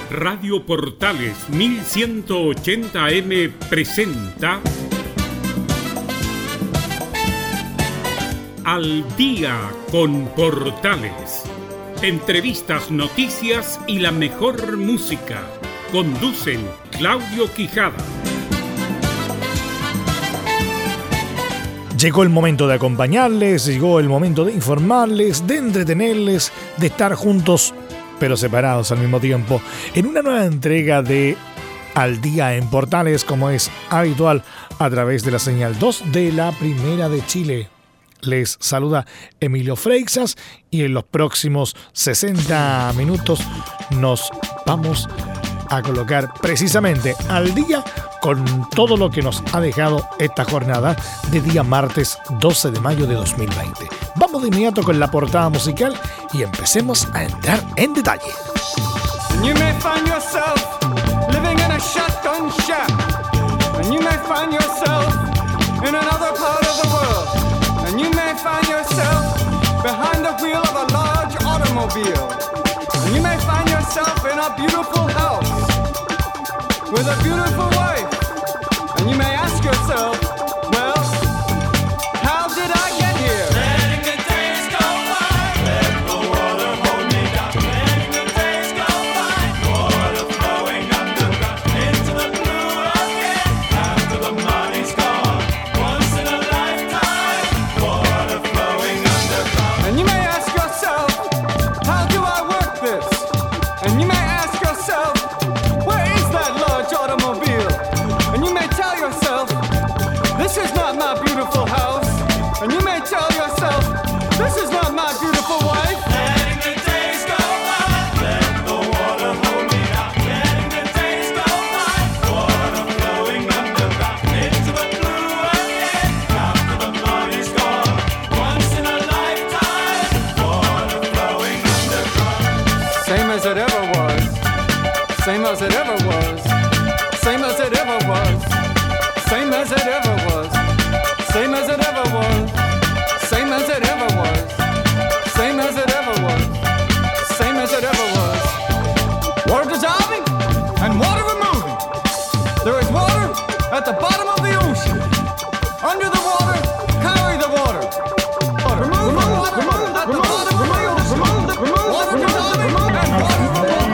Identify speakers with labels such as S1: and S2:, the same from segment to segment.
S1: Radio Portales 1180M presenta Al Día con Portales. Entrevistas, noticias y la mejor música. Conducen Claudio Quijada.
S2: Llegó el momento de acompañarles, llegó el momento de informarles, de entretenerles, de estar juntos pero separados al mismo tiempo, en una nueva entrega de Al Día en Portales, como es habitual, a través de la señal 2 de la Primera de Chile. Les saluda Emilio Freixas y en los próximos 60 minutos nos vamos a colocar precisamente al día con todo lo que nos ha dejado esta jornada de día martes 12 de mayo de 2020. Vamos de inmediato con la portada musical y empecemos a entrar en detalle.
S3: You may find yourself living in a shotgun shack, and you may find yourself in another part of the world, and you may find yourself behind the wheel of a large automobile, and you may find yourself in a beautiful house with a beautiful wife, and you may ask yourself, well, how did I get here? Letting the days go by, let the water hold me down. Letting the days go by, water flowing underground into the blue again. After the money's gone, once in a lifetime, water flowing underground. And you may ask yourself, how do I work this? And you may ask yourself, where is that large automobile? And you may tell yourself, this is not my beautiful house. And you may tell yourself, this is not my beautiful wife. Letting the days go by, let the water hold me down. Letting the days go by, water flowing underground into the blue again. After the money's gone, once in a lifetime, water flowing underground. Same as it ever was. Same as it ever was. Same as it ever was. Same as it ever was. Same as it ever was. Same as it ever was. Same as it ever was. Same as it ever was. Water dissolving and water removing. There is water at the bottom of the ocean. Under the water, carry the water. Remove the water at the bottom of the ocean. Water dissolving and water removing.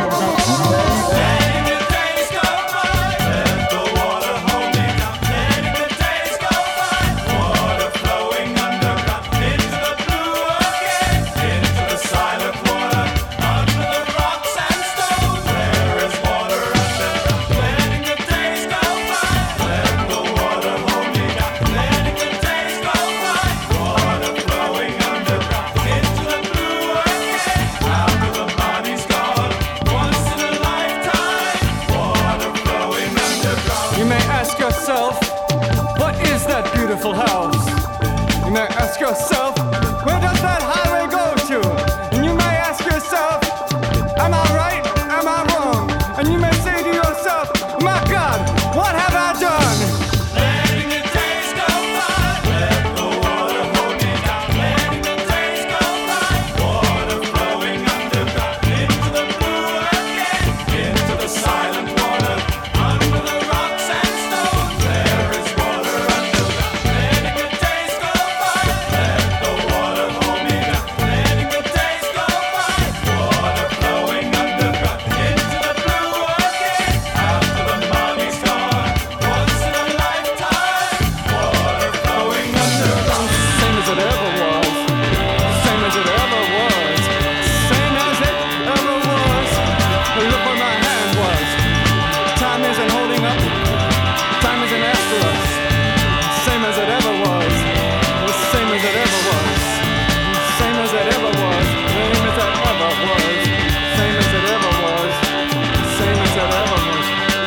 S3: Letting the days go by, let the water hold me down. Letting the days go by, water flowing underground into the blue again, into the silent water, under the rocks and stones. There is water underground. Letting the days go by, let the water hold me down. Letting the days go by, water flowing underground into the blue again, after the money's gone, once in a lifetime, water flowing underground. You may ask yourself, what is that beautiful house? You may ask yourself, where does that highway go to? And you may ask yourself, am I right? Am I wrong? And you may say to yourself, my God, what have I done? Letting the days go by, let the water hold me down. Letting the days go by, water flowing underground into the blue again, into the silent water, under the rocks and stones. There is water underground. Letting the days go by, let the water hold me down. Letting the days go by, water flowing underground into the blue again, after the money's gone, once in a lifetime, water flowing underground. Same as it ever was. Same as it ever was. Same as it ever was. Look where my hand was. Time isn't holding up. Time isn't after us. Same as it ever was. Same as it ever was. Same as it ever was. Same as it ever was. Same as it ever was. Same as it ever was.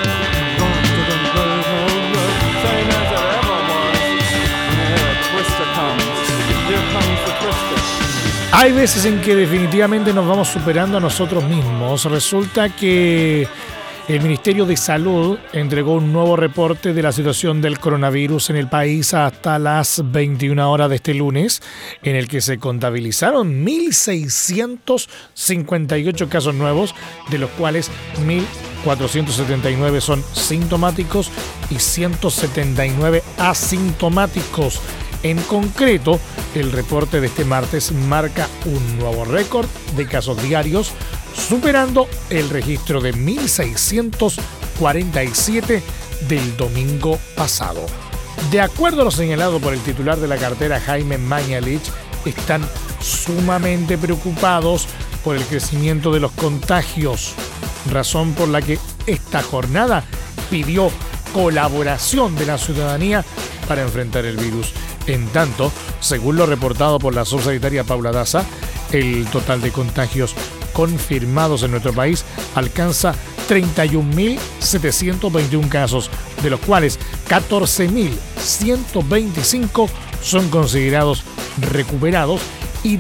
S3: Same as it ever was. Here, Twister comes. Here comes the Twister.
S2: Hay veces en que definitivamente nos vamos superando a nosotros mismos. Resulta que El Ministerio de Salud entregó un nuevo reporte de la situación del coronavirus en el país hasta las 21 horas de este lunes, en el que se contabilizaron 1.658 casos nuevos, de los cuales 1.479 son sintomáticos y 179 asintomáticos. En concreto, el reporte de este martes marca un nuevo récord de casos diarios, superando el registro de 1.647 del domingo pasado. De acuerdo a lo señalado por el titular de la cartera, Jaime Mañalich, están sumamente preocupados por el crecimiento de los contagios, razón por la que esta jornada pidió colaboración de la ciudadanía para enfrentar el virus. En tanto, según lo reportado por la subsecretaria Paula Daza, el total de contagios confirmados en nuestro país alcanza 31.721 casos, de los cuales 14.125 son considerados recuperados y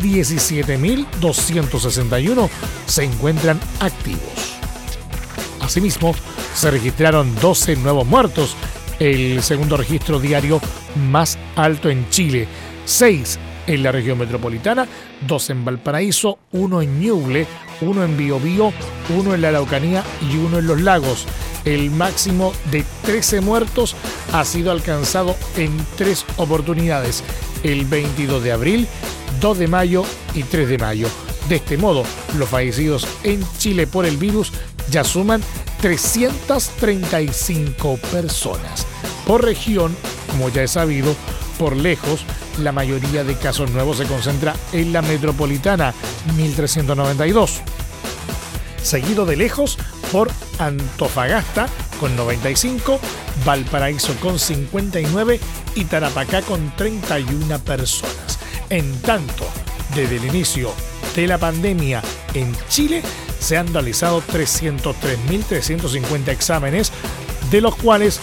S2: 17.261 se encuentran activos. Asimismo, se registraron 12 nuevos muertos, el segundo registro diario más alto en Chile, 6 en la región metropolitana, 2 en Valparaíso, 1 en Ñuble, 1 en Biobío, 1 en la Araucanía y 1 en los lagos. El máximo de 13 muertos ha sido alcanzado en 3 oportunidades, el 22 de abril, 2 de mayo y 3 de mayo. De este modo, los fallecidos en Chile por el virus ya suman 335 personas. Por región, como ya es sabido, por lejos, la mayoría de casos nuevos se concentra en la metropolitana, 1.392. Seguido de lejos por Antofagasta con 95, Valparaíso con 59 y Tarapacá con 31 personas. En tanto, desde el inicio de la pandemia en Chile se han realizado 303.350 exámenes, de los cuales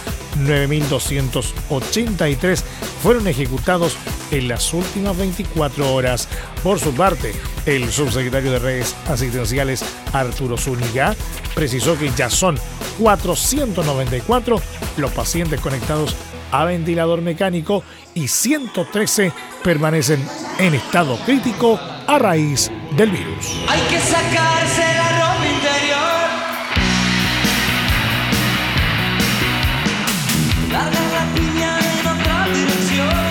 S2: 9.283 fueron ejecutados en las últimas 24 horas. Por su parte, el subsecretario de Redes Asistenciales, Arturo Zúñiga, precisó que ya son 494 los pacientes conectados a ventilador mecánico y 113 permanecen en estado crítico a raíz del virus.
S4: Hay que sacarse la ropa interior, darle la piña en otra dirección.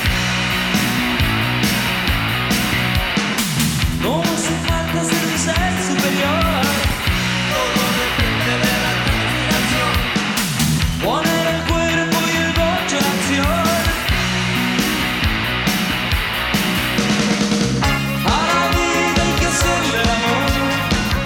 S4: No hace falta ser un ser superior, todo depende de la imaginación. Poner el cuerpo y el bocho en acción. A la vida hay que hacerle el amor.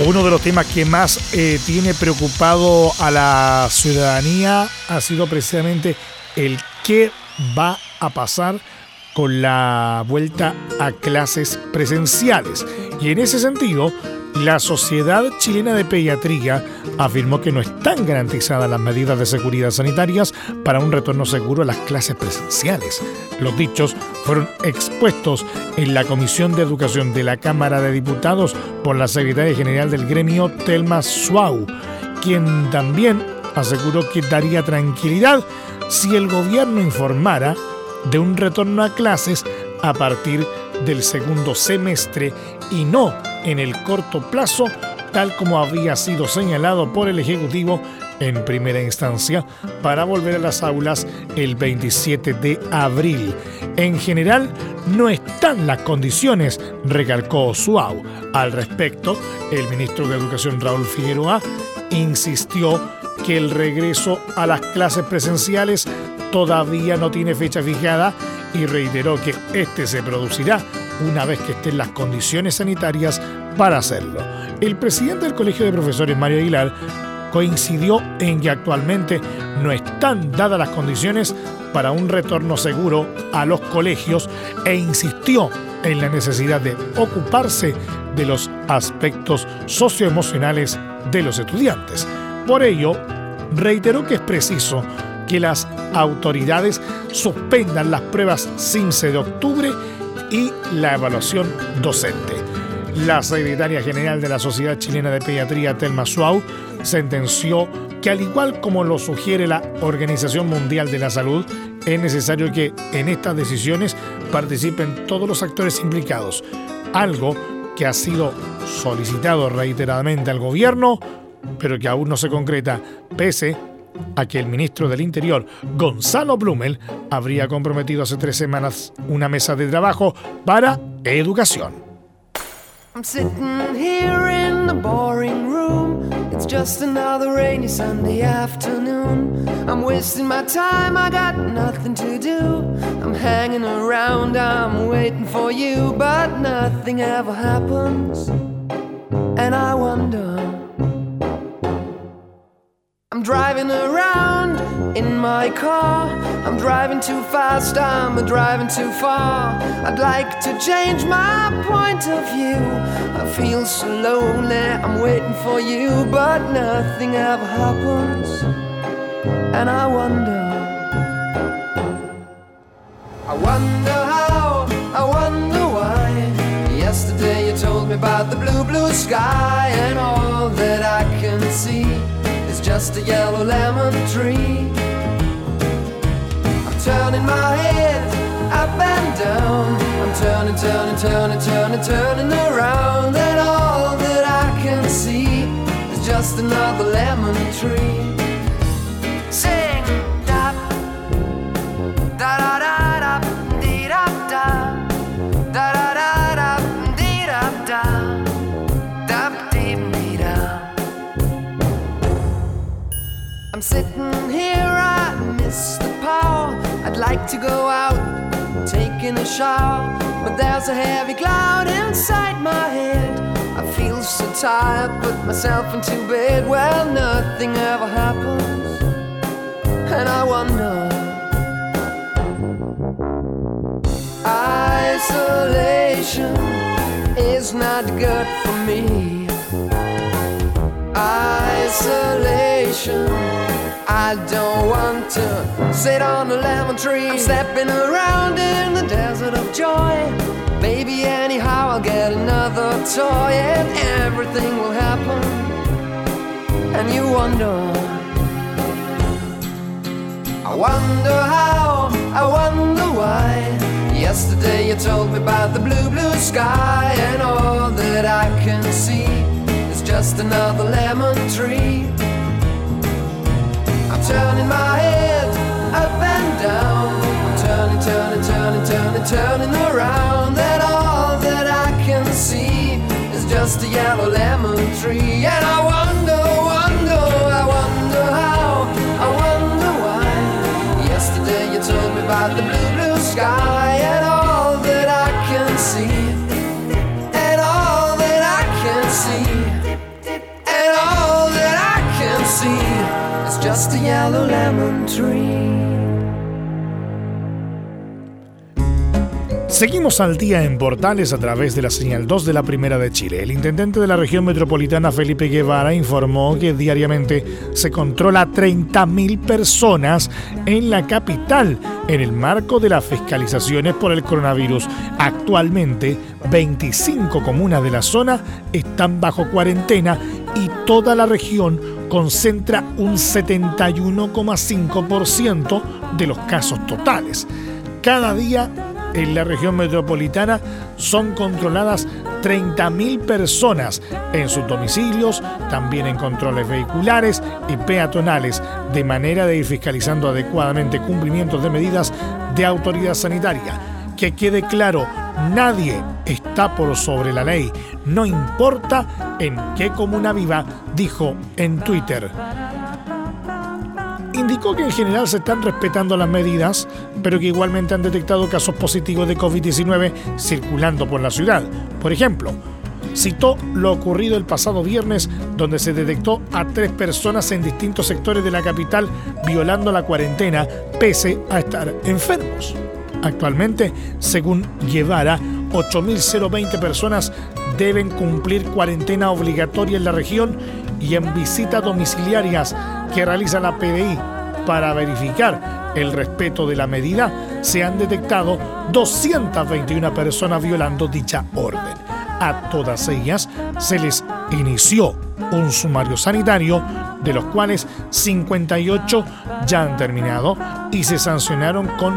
S2: Uno de los temas que más tiene preocupado a la ciudadanía ha sido precisamente el qué va a pasar con la vuelta a clases presenciales. Y en ese sentido, la Sociedad Chilena de Pediatría afirmó que no están garantizadas las medidas de seguridad sanitarias para un retorno seguro a las clases presenciales. Los dichos fueron expuestos en la Comisión de Educación de la Cámara de Diputados por la secretaria general del gremio, Thelma Suau, quien también aseguró que daría tranquilidad si el gobierno informara de un retorno a clases a partir del segundo semestre y no en el corto plazo, tal como había sido señalado por el Ejecutivo en primera instancia para volver a las aulas el 27 de abril. En general, no están las condiciones, recalcó Suau. Al respecto, el ministro de Educación, Raúl Figueroa, insistió que el regreso a las clases presenciales todavía no tiene fecha fijada y reiteró que este se producirá una vez que estén las condiciones sanitarias para hacerlo. El presidente del Colegio de Profesores, Mario Aguilar, coincidió en que actualmente no están dadas las condiciones para un retorno seguro a los colegios e insistió en la necesidad de ocuparse de los aspectos socioemocionales de los estudiantes. Por ello, reiteró que es preciso que las autoridades suspendan las pruebas CIMSE de octubre y la evaluación docente. La secretaria general de la Sociedad Chilena de Pediatría, Thelma Suau, sentenció que, al igual como lo sugiere la Organización Mundial de la Salud, es necesario que en estas decisiones participen todos los actores implicados, algo que ha sido solicitado reiteradamente al gobierno, pero que aún no se concreta, pese a que el ministro del Interior, Gonzalo Blumel, habría comprometido hace 3 semanas una mesa de trabajo para educación.
S5: I'm sitting here in the boring room. It's just another rainy Sunday afternoon. I'm wasting my time, I got nothing to do. I'm hanging around, I'm waiting for you, but nothing ever happens. And I wonder, I'm driving around in my car. I'm driving too fast, I'm driving too far. I'd like to change my point of view. I feel so lonely, I'm waiting for you, but nothing ever happens. And I wonder how, I wonder why. Yesterday you told me about the blue, blue sky, and all that I can see is just a yellow lemon tree. I'm turning my head up and down. I'm turning, turning, turning, turning, turning around, and all that I can see is just another lemon tree. Sing da da da da da dee da da da da da da dee da da da dee dee da. I'm sitting here, I miss the power. I'd like to go out, taking a shower, but there's a heavy cloud inside my head. I feel so tired, put myself into bed. Well, nothing ever happens, and I wonder. Isolation is not good for me. Isolation, I don't want to sit on a lemon tree. I'm stepping around in the desert of joy. Maybe anyhow I'll get another toy, and everything will happen. And you wonder, I wonder how, I wonder why. Yesterday you told me about the blue, blue sky, and all that I can see is just another lemon tree. I'm turning my head up and down. I'm turning, turning, turning, turning, turning around, and all that I can see is just a yellow lemon tree. And I wonder, wonder, I wonder how, I wonder why. Yesterday you told me about the blue, blue sky, and all that I can see, and all that I can see yellow lemon tree.
S2: Seguimos al día en Portales a través de la señal 2 de la Primera de Chile. El intendente de la región metropolitana, Felipe Guevara, informó que diariamente se controla 30.000 personas en la capital en el marco de las fiscalizaciones por el coronavirus. Actualmente, 25 comunas de la zona están bajo cuarentena y toda la región concentra un 71,5% de los casos totales. Cada día en la región metropolitana son controladas 30.000 personas en sus domicilios, también en controles vehiculares y peatonales, de manera de ir fiscalizando adecuadamente cumplimientos de medidas de autoridad sanitaria. Que quede claro, nadie está por sobre la ley, no importa en qué comuna viva, dijo en Twitter. Indicó que en general se están respetando las medidas, pero que igualmente han detectado casos positivos de COVID-19 circulando por la ciudad. Por ejemplo, citó lo ocurrido el pasado viernes, donde se detectó a 3 personas en distintos sectores de la capital violando la cuarentena, pese a estar enfermos. Actualmente, según Guevara, 8.020 personas deben cumplir cuarentena obligatoria en la región, y en visitas domiciliarias que realiza la PDI para verificar el respeto de la medida, se han detectado 221 personas violando dicha orden. A todas ellas se les inició un sumario sanitario, de los cuales 58 ya han terminado y se sancionaron con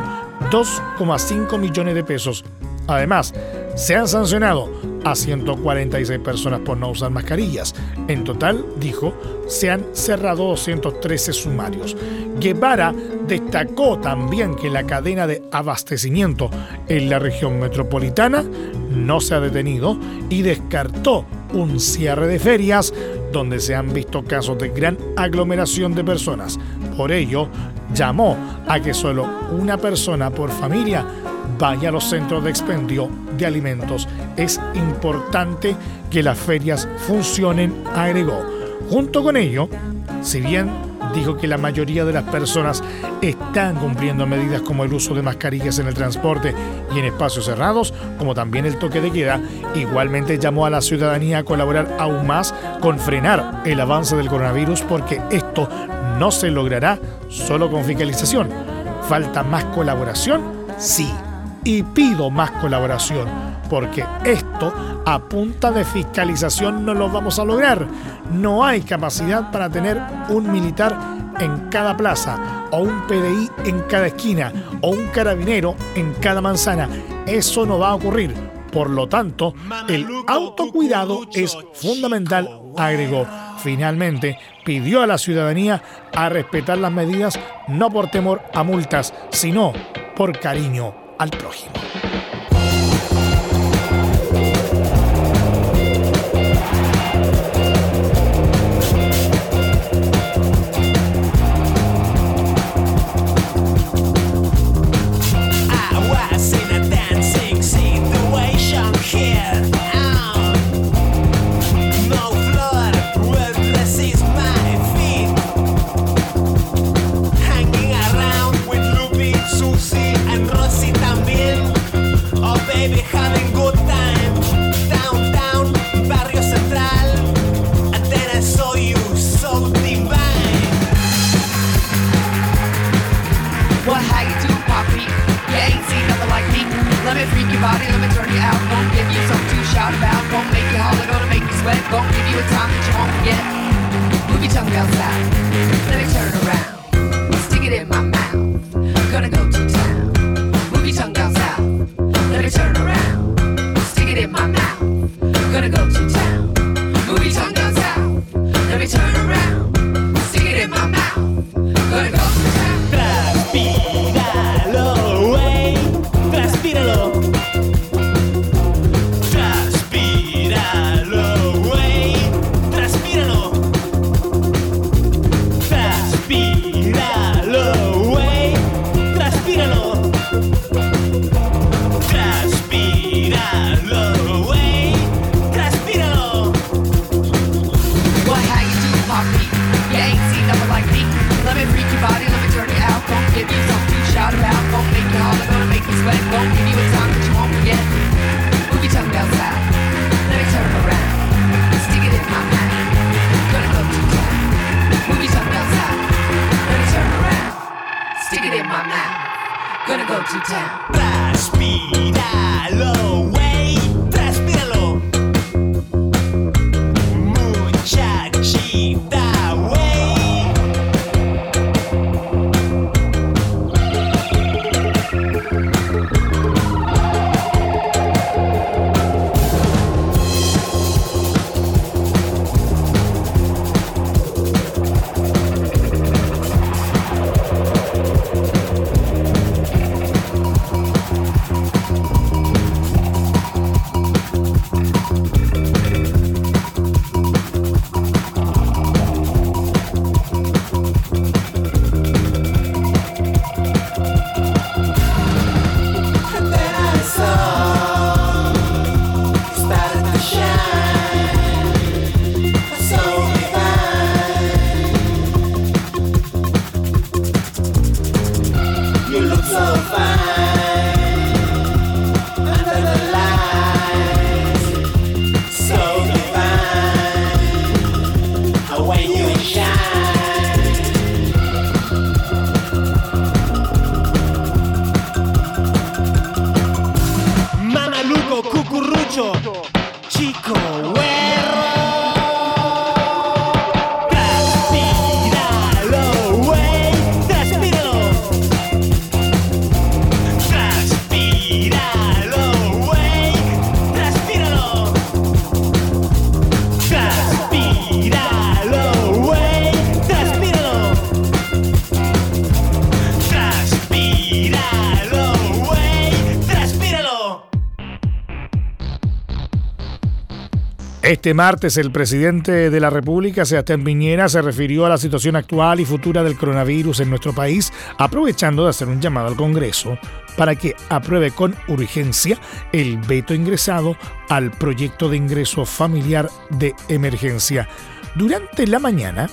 S2: 2,5 millones de pesos. Además, se han sancionado a 146 personas por no usar mascarillas. En total, dijo, se han cerrado 213 sumarios. Guevara destacó también que la cadena de abastecimiento en la región metropolitana no se ha detenido y descartó un cierre de ferias donde se han visto casos de gran aglomeración de personas. Por ello, llamó a que solo una persona por familia vaya a los centros de expendio de alimentos. Es importante que las ferias funcionen, agregó. Junto con ello, si bien dijo que la mayoría de las personas están cumpliendo medidas como el uso de mascarillas en el transporte y en espacios cerrados, como también el toque de queda, igualmente llamó a la ciudadanía a colaborar aún más con frenar el avance del coronavirus, porque esto no se logrará solo con fiscalización. ¿Falta más colaboración? Sí. Y pido más colaboración, porque esto a punta de fiscalización no lo vamos a lograr. No hay capacidad para tener un militar en cada plaza, o un PDI en cada esquina, o un carabinero en cada manzana. Eso no va a ocurrir. Por lo tanto, el autocuidado es fundamental, agregó. Finalmente, pidió a la ciudadanía a respetar las medidas, no por temor a multas, sino por cariño al prójimo.
S4: Having good time, downtown, barrio central, and then I saw you, so divine.
S5: What, how you do, Poppy? You ain't seen nothing like me. Let me freak your body, let me turn you out. Gonna give you something to shout about. Gonna make you holler, gonna make you sweat. Gonna give you a time that you won't forget. Move your tongue outside, let me turn around. Stick it in my mouth, gonna go to town. Move your tongue outside, let me turn around. Stick it in my mouth, gonna go to town. Move your tongue down south, let me turn around. Stick it in my mouth, gonna go to town.
S4: Transpíralo, wey, transpíralo. Transpíralo, wey, transpíralo. Transpíralo, wey, transpíralo. Transpíralo, wey, transpíralo.
S5: What, how you do, Poppy? You ain't seen nothing like me. Let me freak your again. Move your tongue down south. Let me turn around. Stick it in my mouth. Gonna go to town. Move your tongue down south. Let me turn around. Stick it in my mouth. Gonna go to town.
S6: Transpíralo, wey, transpíralo. Muchachita, wey.
S2: Este martes, el presidente de la República, Sebastián Piñera, se refirió a la situación actual y futura del coronavirus en nuestro país, aprovechando de hacer un llamado al Congreso para que apruebe con urgencia el veto ingresado al proyecto de ingreso familiar de emergencia. Durante la mañana,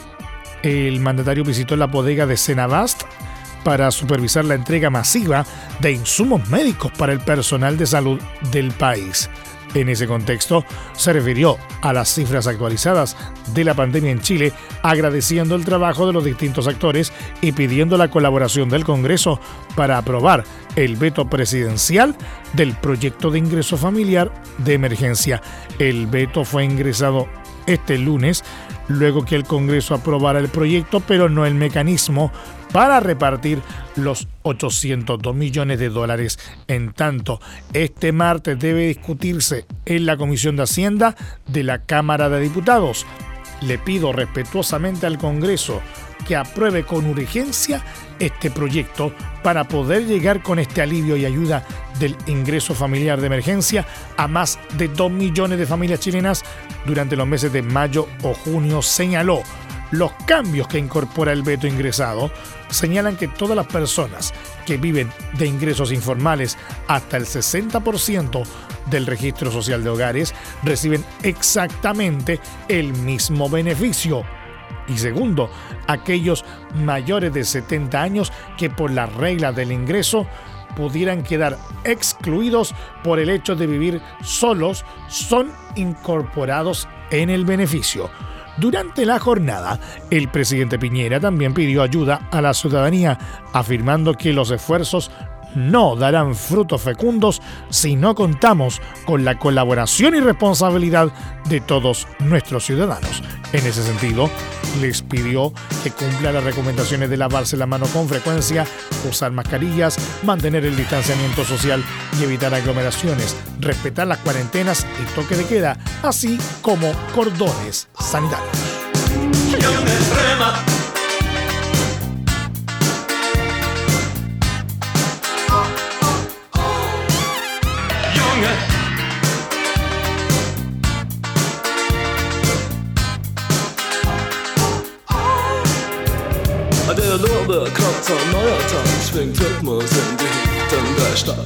S2: el mandatario visitó la bodega de Senabast para supervisar la entrega masiva de insumos médicos para el personal de salud del país. En ese contexto, se refirió a las cifras actualizadas de la pandemia en Chile, agradeciendo el trabajo de los distintos actores y pidiendo la colaboración del Congreso para aprobar el veto presidencial del proyecto de ingreso familiar de emergencia. El veto fue ingresado este lunes, luego que el Congreso aprobara el proyecto, pero no el mecanismo para repartir los $802 millones. En tanto, este martes debe discutirse en la Comisión de Hacienda de la Cámara de Diputados. Le pido respetuosamente al Congreso que apruebe con urgencia este proyecto para poder llegar con este alivio y ayuda del ingreso familiar de emergencia a más de 2 millones de familias chilenas durante los meses de mayo o junio, señaló. Los cambios que incorpora el veto ingresado señalan que todas las personas que viven de ingresos informales hasta el 60% del registro social de hogares reciben exactamente el mismo beneficio. Y segundo, aquellos mayores de 70 años que por las reglas del ingreso pudieran quedar excluidos por el hecho de vivir solos son incorporados en el beneficio. Durante la jornada, el presidente Piñera también pidió ayuda a la ciudadanía, afirmando que los esfuerzos no darán frutos fecundos si no contamos con la colaboración y responsabilidad de todos nuestros ciudadanos. En ese sentido, les pidió que cumpla las recomendaciones de lavarse la mano con frecuencia, usar mascarillas, mantener el distanciamiento social y evitar aglomeraciones, respetar las cuarentenas y toque de queda, así como cordones sanitarios.
S7: Der Lorbeerkratzer, neuer Tag, schwingt Rhythmus in die Hütten der Stadt.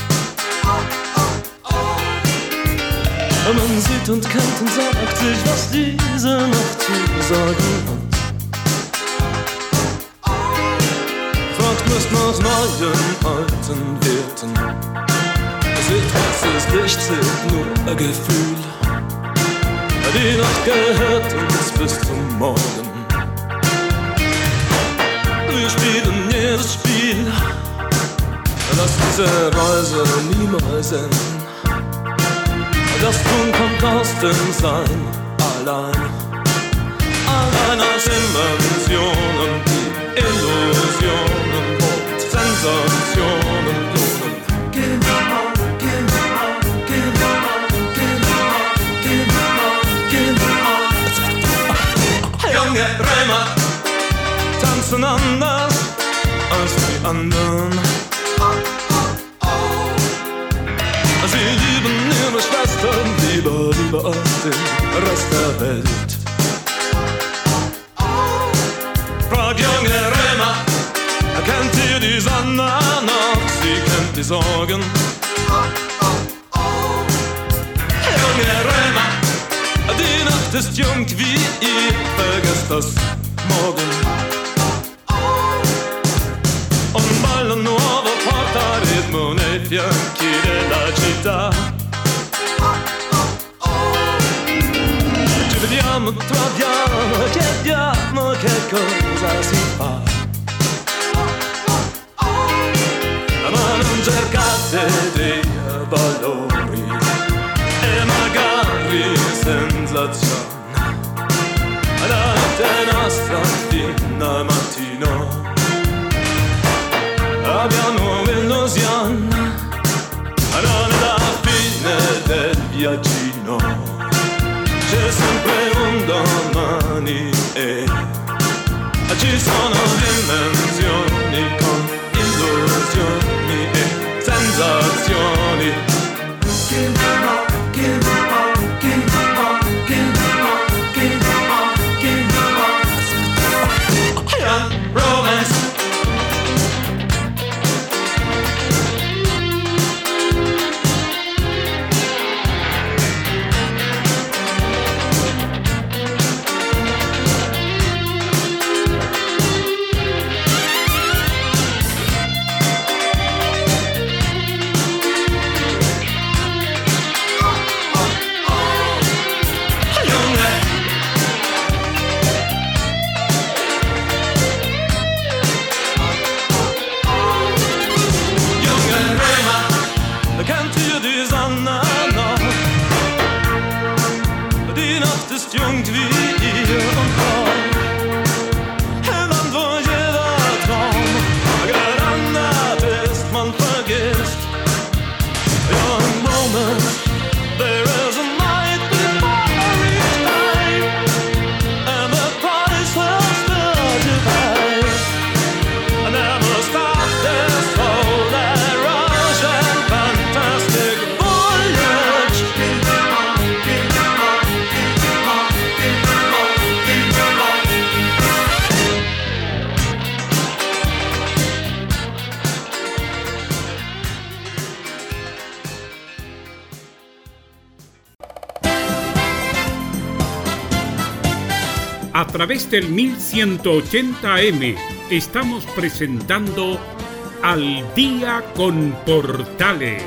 S7: Man sieht und kennt und sagt sich, was diese Nacht zu sagen hat. Fragt Lust nach neuen, alten Werten. Seht, was ist nicht, zählt nur ein Gefühl. Die Nacht gehört uns bis zum Morgen. Wir spielen jedes Spiel, das diese Reise niemals enden. Das Tun kommt aus dem Sein allein. Allein aus Inventionen, die Illusionen und Sensationen lohnen. Junge Römer tanzen anders als die anderen. Sie lieben ihre Schwestern lieber als den Rest der Welt. Frag junge Römer, kennt ihr die Sonne noch? Sie kennt die Sorgen. Junge Römer, die Nacht ist jung wie ihr, vergesst das morgen. Un ballo nuovo porta ritmo nei fianchi della città. Ci vediamo, troviamo, chiediamo che cosa si fa. Ma non cercate dei valori e magari sensazioni. La notte nostra fino al mattino abbiamo illusione, non è la fine del viaggino. C'è sempre un domani e ci sono dimensioni con illusioni e sensazioni. Romance.
S1: A través del 1180M estamos presentando Al Día con Portales.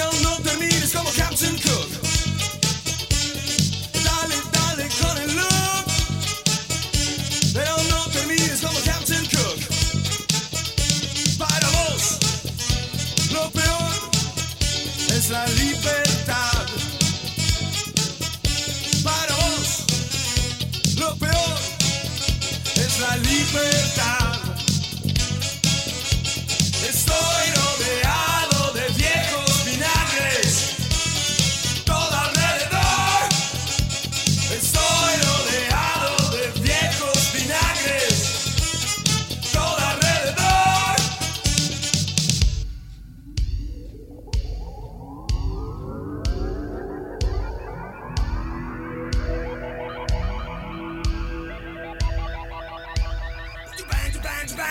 S8: Captain Cook. Dale, dale con el look.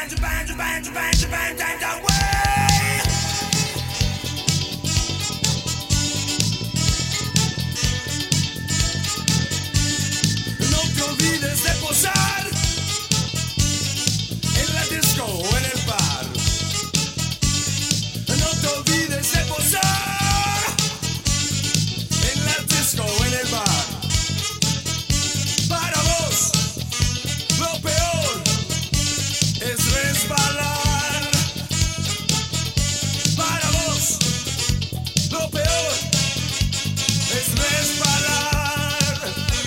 S7: No te olvides de posar en la disco o en el bar. No te olvides de posar en la disco o en el bar. Para vos, lo peor es resbalar. Para vos, lo peor es resbalar.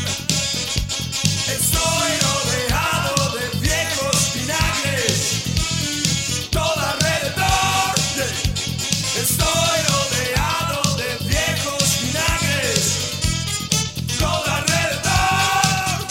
S7: Estoy rodeado de viejos vinagres, todo alrededor. Estoy rodeado de viejos vinagres, todo alrededor.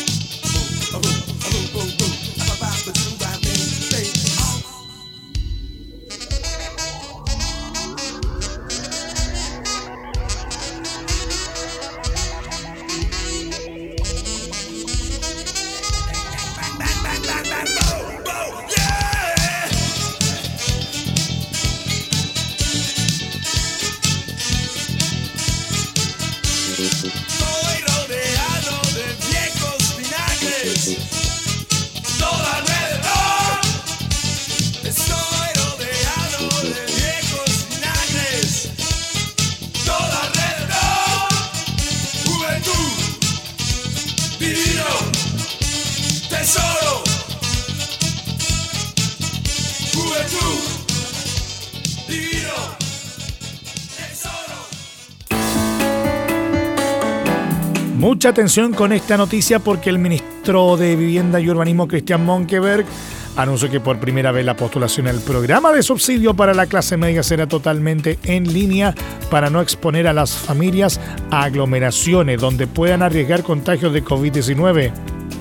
S7: Estoy rodeado de viejos vinagres, todo alrededor. Estoy rodeado de viejos vinagres, todo alrededor. Juventud, divino, tesoro. Juventud, divino, tesoro.
S2: Mucha atención con esta noticia porque el ministro de Vivienda y Urbanismo, Christian Monkeberg, anunció que por primera vez la postulación al programa de subsidio para la clase media será totalmente en línea para no exponer a las familias a aglomeraciones donde puedan arriesgar contagios de COVID-19.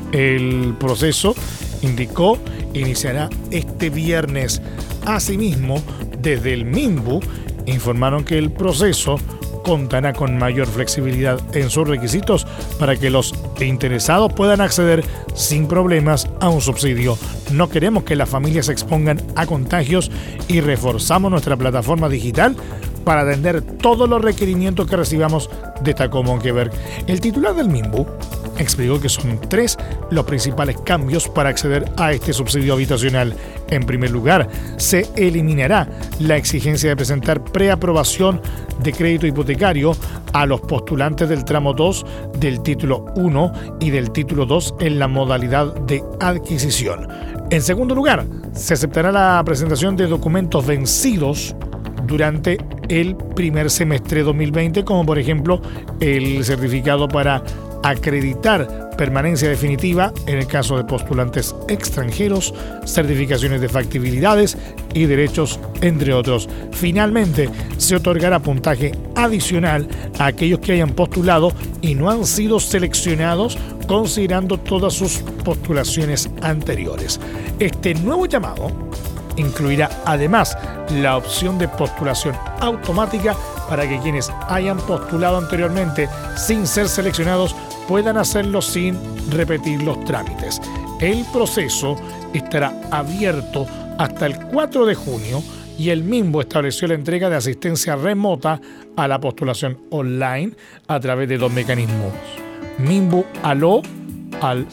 S2: El proceso, indicó, iniciará este viernes. Asimismo, desde el MINBU informaron que el proceso contará con mayor flexibilidad en sus requisitos para que los interesados puedan acceder sin problemas a un subsidio. No queremos que las familias se expongan a contagios y reforzamos nuestra plataforma digital para atender todos los requerimientos que recibamos, destacó Monkeberg. El titular del MINBU explicó que son 3 los principales cambios para acceder a este subsidio habitacional. En primer lugar, se eliminará la exigencia de presentar preaprobación de crédito hipotecario a los postulantes del tramo 2 del título 1 y del título 2 en la modalidad de adquisición. En segundo lugar, se aceptará la presentación de documentos vencidos durante el primer semestre de 2020, como por ejemplo el certificado para acreditar permanencia definitiva en el caso de postulantes extranjeros, certificaciones de factibilidades y derechos, entre otros. Finalmente, se otorgará puntaje adicional a aquellos que hayan postulado y no han sido seleccionados, considerando todas sus postulaciones anteriores. Este nuevo llamado incluirá además la opción de postulación automática para que quienes hayan postulado anteriormente sin ser seleccionados puedan hacerlo sin repetir los trámites. El proceso estará abierto hasta el 4 de junio y el MINBU estableció la entrega de asistencia remota a la postulación online a través de 2 mecanismos. MINBU Aló al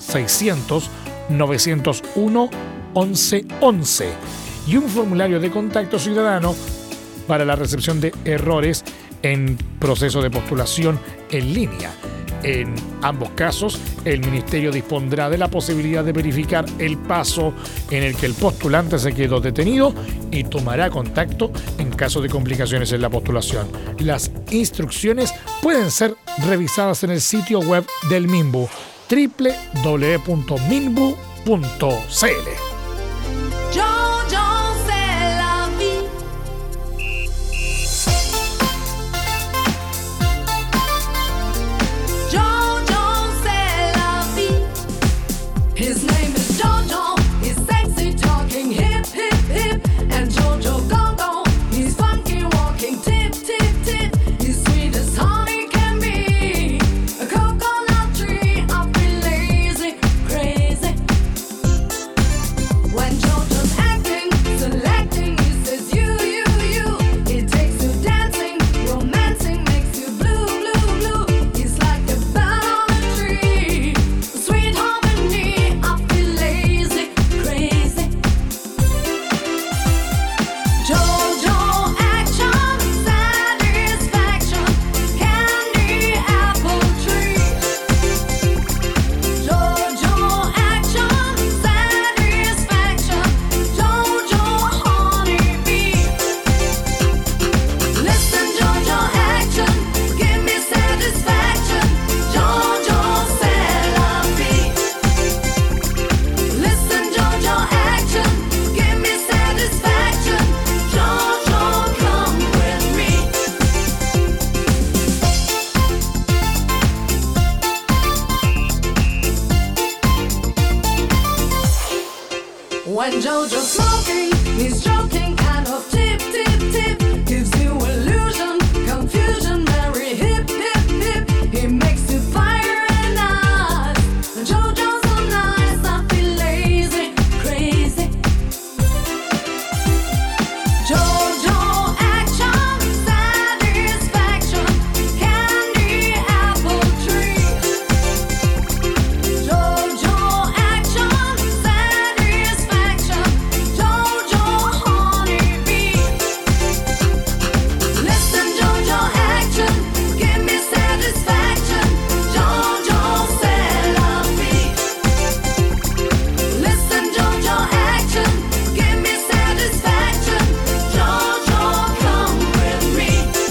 S2: 600-901-1111 y un formulario de contacto ciudadano para la recepción de errores en proceso de postulación en línea. En ambos casos, el Ministerio dispondrá de la posibilidad de verificar el paso en el que el postulante se quedó detenido y tomará contacto en caso de complicaciones en la postulación. Las instrucciones pueden ser revisadas en el sitio web del MINBU, www.minbu.cl.
S8: His name is Jojo, he's sexy talking, hip, hip, hip. And Jojo go-go, he's funky walking, tip, tip, tip. He's sweet as honey can be, a coconut tree. I feel lazy, crazy when Jojo's When Jojo's smoking, he's stroking, kind of tip, tip, tip. Gives you illusion, confusion, very hip, hip, hip. He makes you fire and ice. Jojo's so nice, I feel lazy, crazy. Jojo action, satisfaction, candy apple tree. Jojo action, satisfaction, Jojo honeybee. Listen, Jojo action, give me satisfaction, Jojo c'est la vie. Listen, Jojo action, give me satisfaction, Jojo come with me.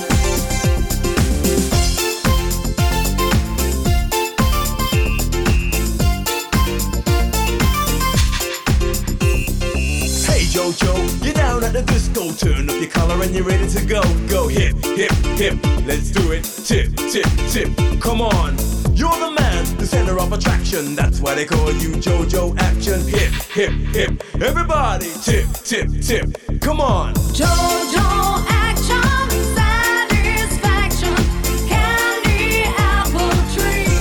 S6: Hey Jojo, you're down at the disco. Turn up your collar and you're ready to go. Go hip, hip, hip. Let's do it. Tip, tip, tip. Come on. You're the man, the center of attraction. That's why they call you Jojo Action. Hip, hip, hip. Everybody, tip, tip, tip. Come on.
S8: Jojo action, satisfaction, candy apple tree.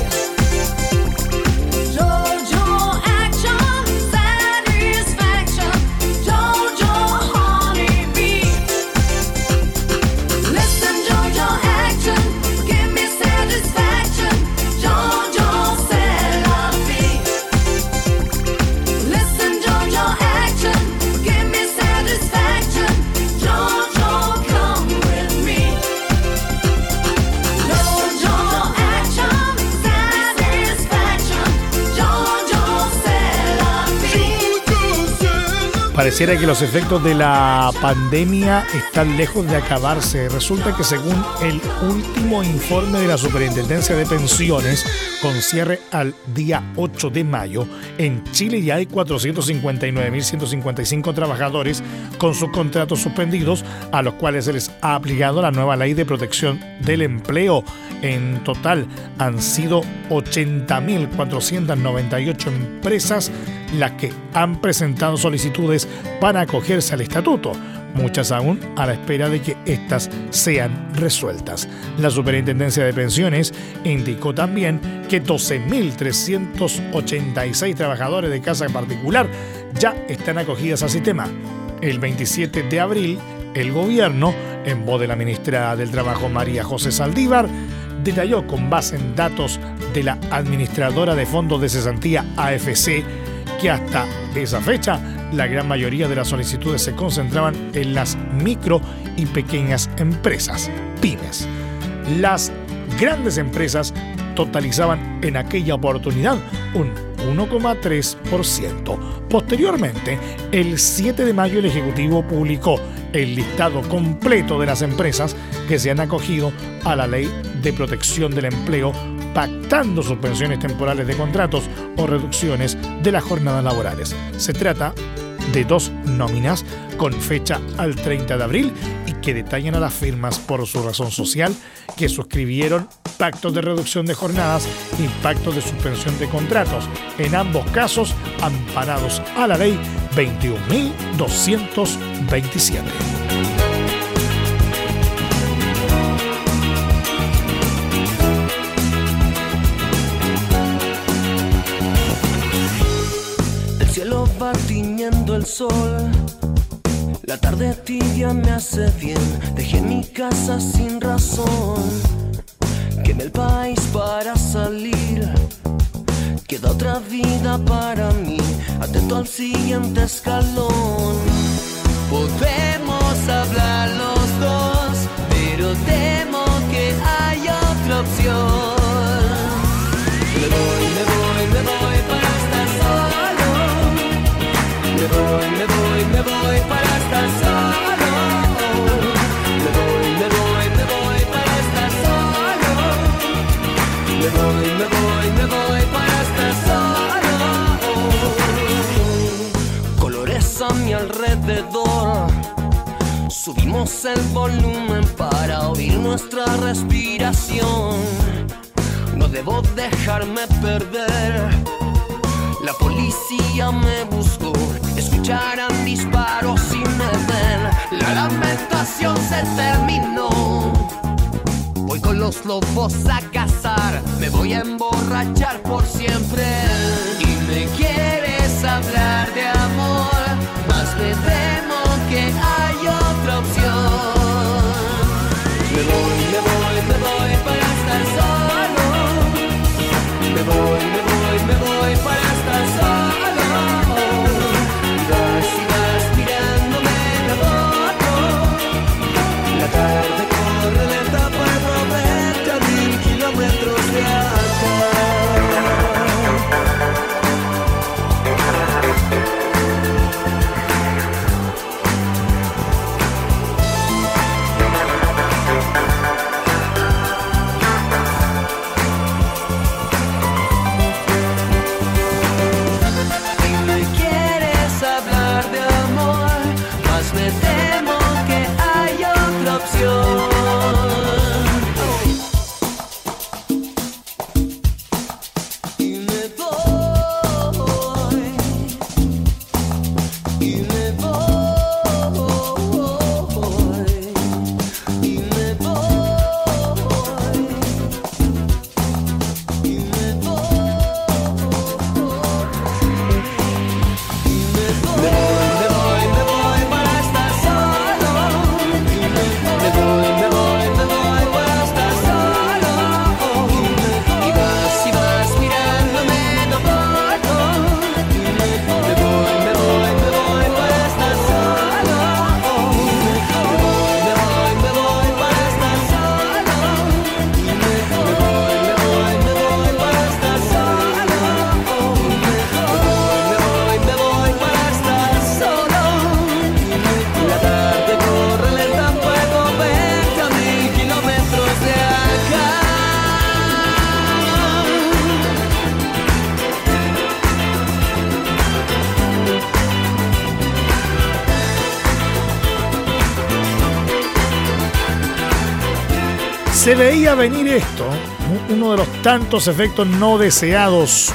S8: Jojo action, satisfaction, Jojo honeybee. Listen, Jojo action, give me satisfaction, Jojo c'est la vie. Listen, Jojo action, give me satisfaction, Jojo come with me. Jojo action, satisfaction, Jojo c'est la vie.
S2: Pareciera que los efectos de la pandemia están lejos de acabarse. Resulta que según el último informe de la Superintendencia de Pensiones, con cierre al día 8 de mayo, en Chile ya hay 459.155 trabajadores con sus contratos suspendidos, a los cuales se les ha aplicado la nueva Ley de Protección del Empleo. En total han sido 80.498 empresas las que han presentado solicitudes para acogerse al estatuto, muchas aún a la espera de que éstas sean resueltas. La Superintendencia de Pensiones indicó también que 12.386 trabajadores de casa particular ya están acogidas al sistema. El 27 de abril, el gobierno, en voz de la ministra del Trabajo María José Saldívar, detalló con base en datos de la administradora de fondos de cesantía AFC que hasta esa fecha la gran mayoría de las solicitudes se concentraban en las micro y pequeñas empresas, pymes. Las grandes empresas totalizaban en aquella oportunidad un 1,3%. Posteriormente, el 7 de mayo el Ejecutivo publicó el listado completo de las empresas que se han acogido a la Ley de Protección del Empleo, pactando suspensiones temporales de contratos o reducciones de las jornadas laborales. Se trata de 2 nóminas con fecha al 30 de abril y que detallan a las firmas por su razón social que suscribieron pactos de reducción de jornadas y pactos de suspensión de contratos, en ambos casos amparados a la ley 21.227.
S9: cielo va tiñendo el sol. La tarde tibia me hace bien. Dejé mi casa sin razón. Quemé el país para salir. Queda otra vida para mí. Atento al siguiente escalón. Podemos hablar los dos, pero temo que hay otra opción. Me voy para estar solo. Me voy para estar solo. Me voy para estar solo. Me voy para estar solo. Colores a mi alrededor. Subimos el volumen para oír nuestra respiración. No debo dejarme perder. La policía me buscó. Escucho escucharán disparos y me ven. La lamentación se terminó. Voy con los lobos a cazar, me voy a emborrachar por siempre. Y me quieres hablar de amor, más me temo que hay otra opción. Me voy para estar solo. Me voy para estar solo. Y vas mirándome de foto. La tarde corre lenta para verte a 1000 kilómetros de acá.
S2: Se veía venir esto, uno de los tantos efectos no deseados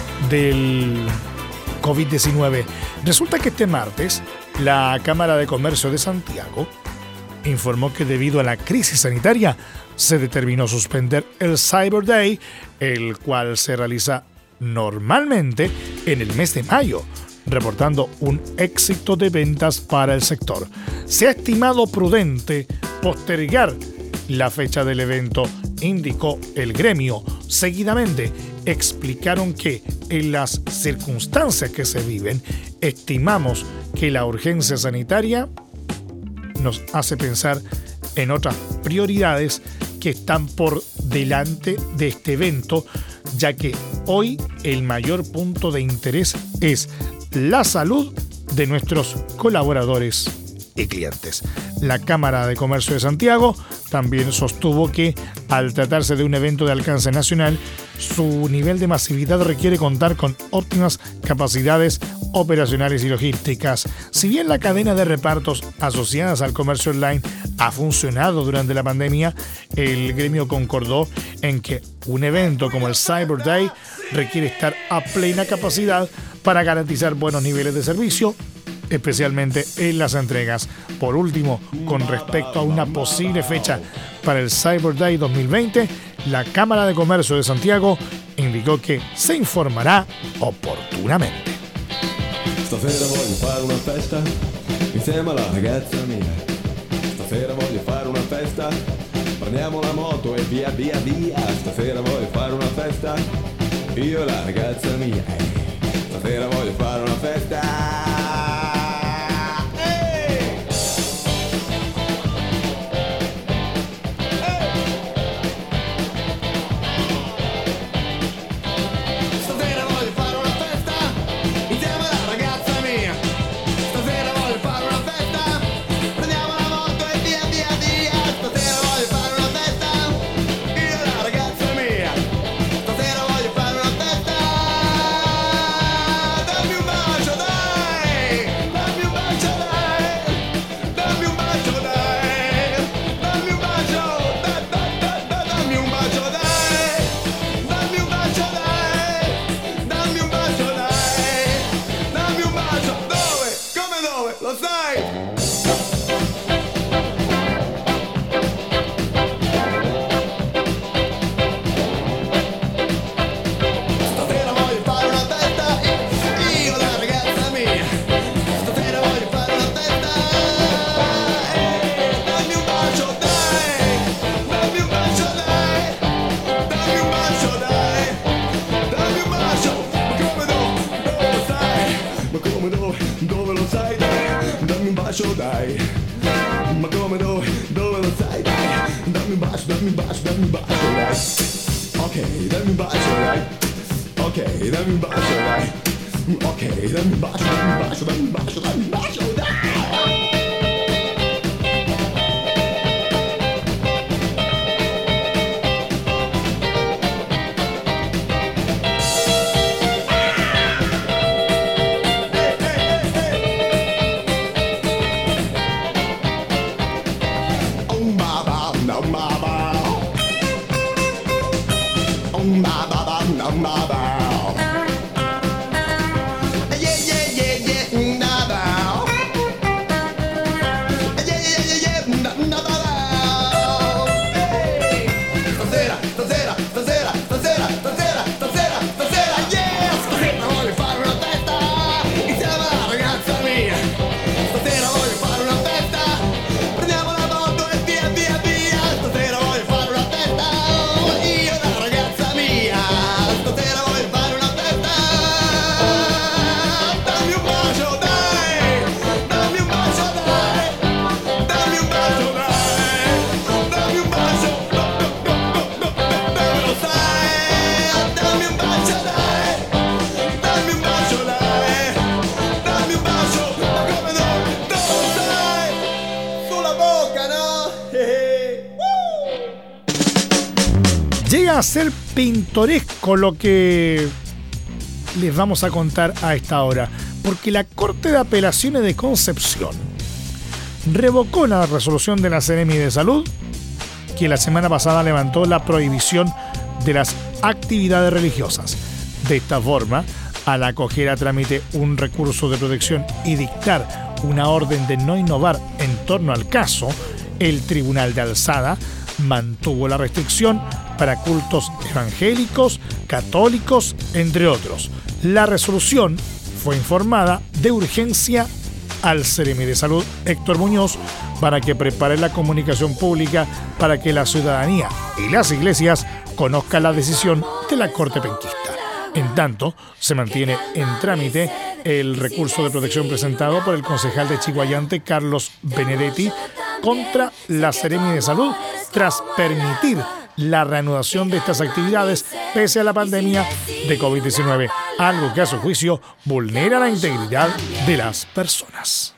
S2: del COVID-19. Resulta que este martes, la Cámara de Comercio de Santiago informó que debido a la crisis sanitaria se determinó suspender el Cyber Day, el cual se realiza normalmente en el mes de mayo, reportando un éxito de ventas para el sector. Se ha estimado prudente postergar la fecha del evento, indicó el gremio. Seguidamente explicaron que en las circunstancias que se viven, estimamos que la urgencia sanitaria nos hace pensar en otras prioridades que están por delante de este evento, ya que hoy el mayor punto de interés es la salud de nuestros colaboradores y clientes. La Cámara de Comercio de Santiago también sostuvo que, al tratarse de un evento de alcance nacional, su nivel de masividad requiere contar con óptimas capacidades operacionales y logísticas. Si bien la cadena de repartos asociadas al comercio online ha funcionado durante la pandemia, el gremio concordó en que un evento como el Cyber Day requiere estar a plena capacidad para garantizar buenos niveles de servicio, especialmente en las entregas. Por último, con respecto a una posible fecha para el Cyber Day 2020, la Cámara de Comercio de Santiago indicó que se informará oportunamente.
S10: Stasera voglio fare una festa insieme alla ragazza mia. Stasera voglio fare una festa, prendiamo la moto e via via via. Stasera voglio fare una festa, io e la ragazza mia. Stasera voglio fare una festa. bacio, dai. Ma come dove lo sai, dai. Dammi un bacio, dai. Ok, dammi un bacio, dai. Ok, dammi un bacio, dai. Ok, dammi un bacio, dai.
S2: Llega a ser pintoresco lo que les vamos a contar a esta hora, porque la Corte de Apelaciones de Concepción revocó la resolución de la Seremi de Salud, que la semana pasada levantó la prohibición de las actividades religiosas. De esta forma, al acoger a trámite un recurso de protección y dictar una orden de no innovar en torno al caso, el Tribunal de Alzada mantuvo la restricción para cultos evangélicos, católicos, entre otros. La resolución fue informada de urgencia al Seremi de Salud, Héctor Muñoz, para que prepare la comunicación pública para que la ciudadanía y las iglesias conozcan la decisión de la Corte Penquista. En tanto, se mantiene en trámite el recurso de protección presentado por el concejal de Chiguayante, Carlos Benedetti, contra la Seremi de Salud, tras permitir la reanudación de estas actividades pese a la pandemia de COVID-19, algo que a su juicio vulnera la integridad de las personas.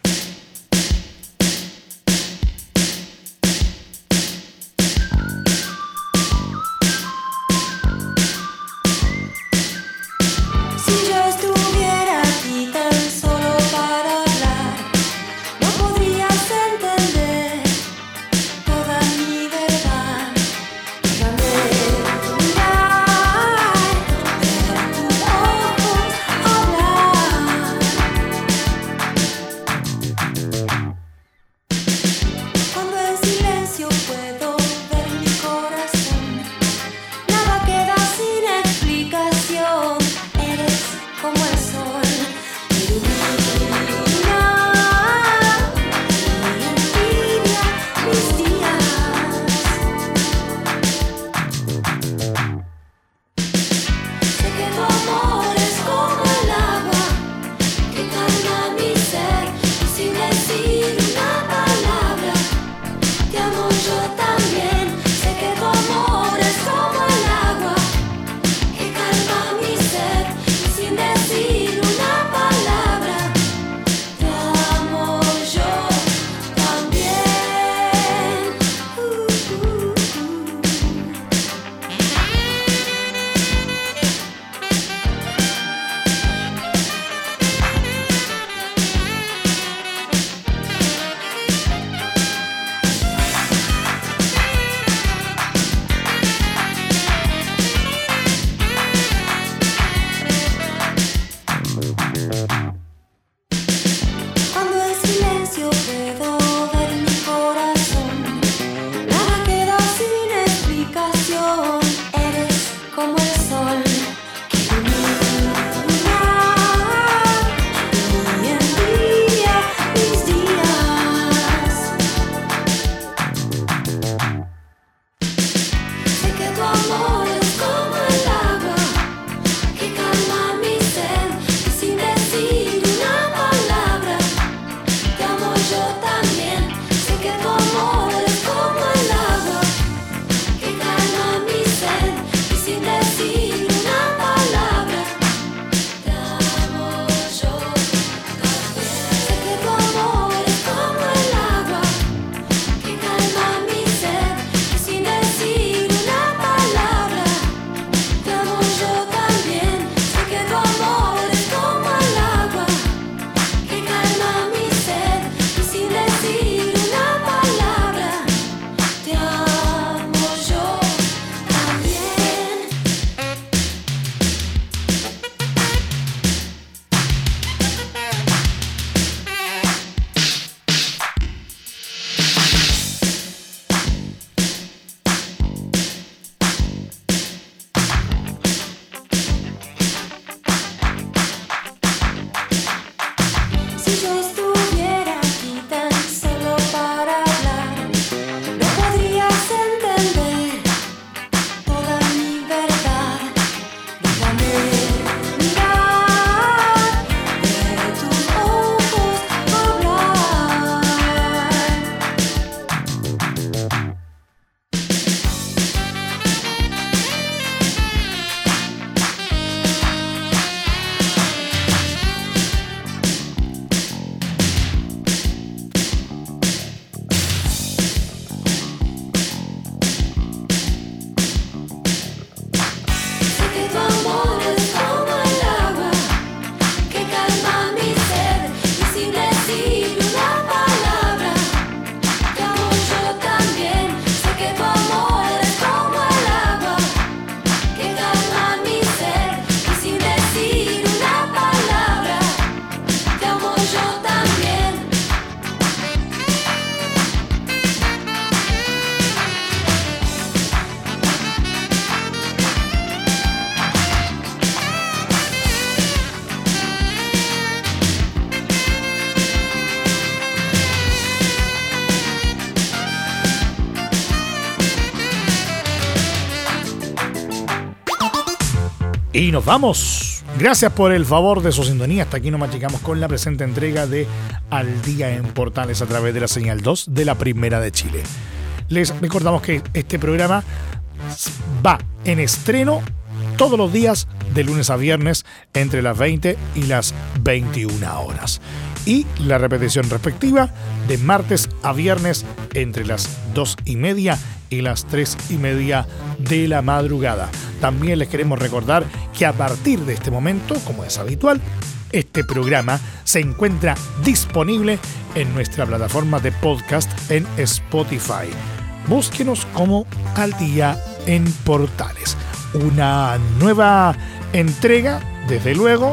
S2: Y nos vamos. Gracias por el favor de su sintonía. Hasta aquí nomás llegamos con la presente entrega de Al Día en Portales a través de la señal 2 de la Primera de Chile. Les recordamos que este programa va en estreno todos los días de lunes a viernes entre las 20 y las 21 horas. Y la repetición respectiva de martes a viernes entre las 2:30 y las 3:30 de la madrugada. También les queremos recordar que a partir de este momento, como es habitual, este programa se encuentra disponible en nuestra plataforma de podcast en Spotify. Búsquenos como Al Día en Portales. Una nueva entrega, desde luego,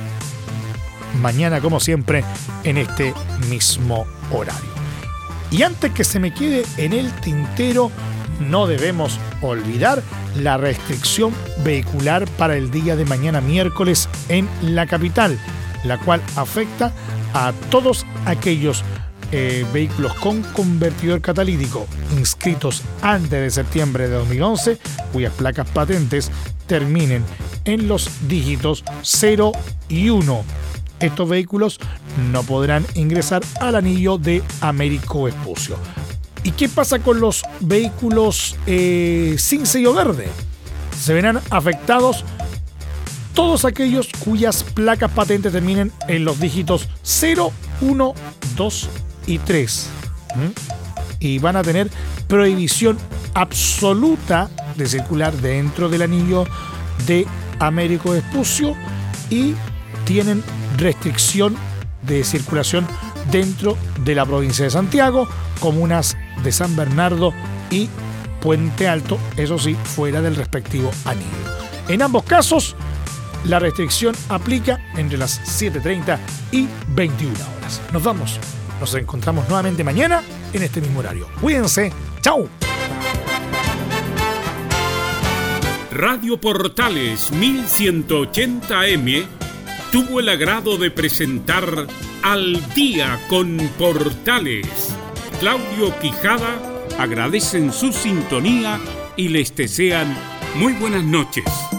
S2: mañana como siempre en este mismo horario. Y antes que se me quede en el tintero, no debemos olvidar la restricción vehicular para el día de mañana miércoles en la capital, la cual afecta a todos aquellos vehículos con convertidor catalítico inscritos antes de septiembre de 2011, cuyas placas patentes terminen en los dígitos 0 y 1. Estos vehículos no podrán ingresar al anillo de Américo Vespucio. ¿Y qué pasa con los vehículos sin sello verde? Se verán afectados todos aquellos cuyas placas patentes terminen en los dígitos 0, 1, 2 y 3. Y van a tener prohibición absoluta de circular dentro del anillo de Américo Vespucio y tienen restricción de circulación dentro de la provincia de Santiago, comunas de San Bernardo y Puente Alto, eso sí, fuera del respectivo anillo. En ambos casos, la restricción aplica entre las 7:30 y 21 horas. Nos vamos. Nos encontramos nuevamente mañana en este mismo horario. Cuídense. ¡Chao!
S1: Radio Portales 1180M tuvo el agrado de presentar Al Día con Portales. Claudio Quijada agradecen su sintonía y les desean muy buenas noches.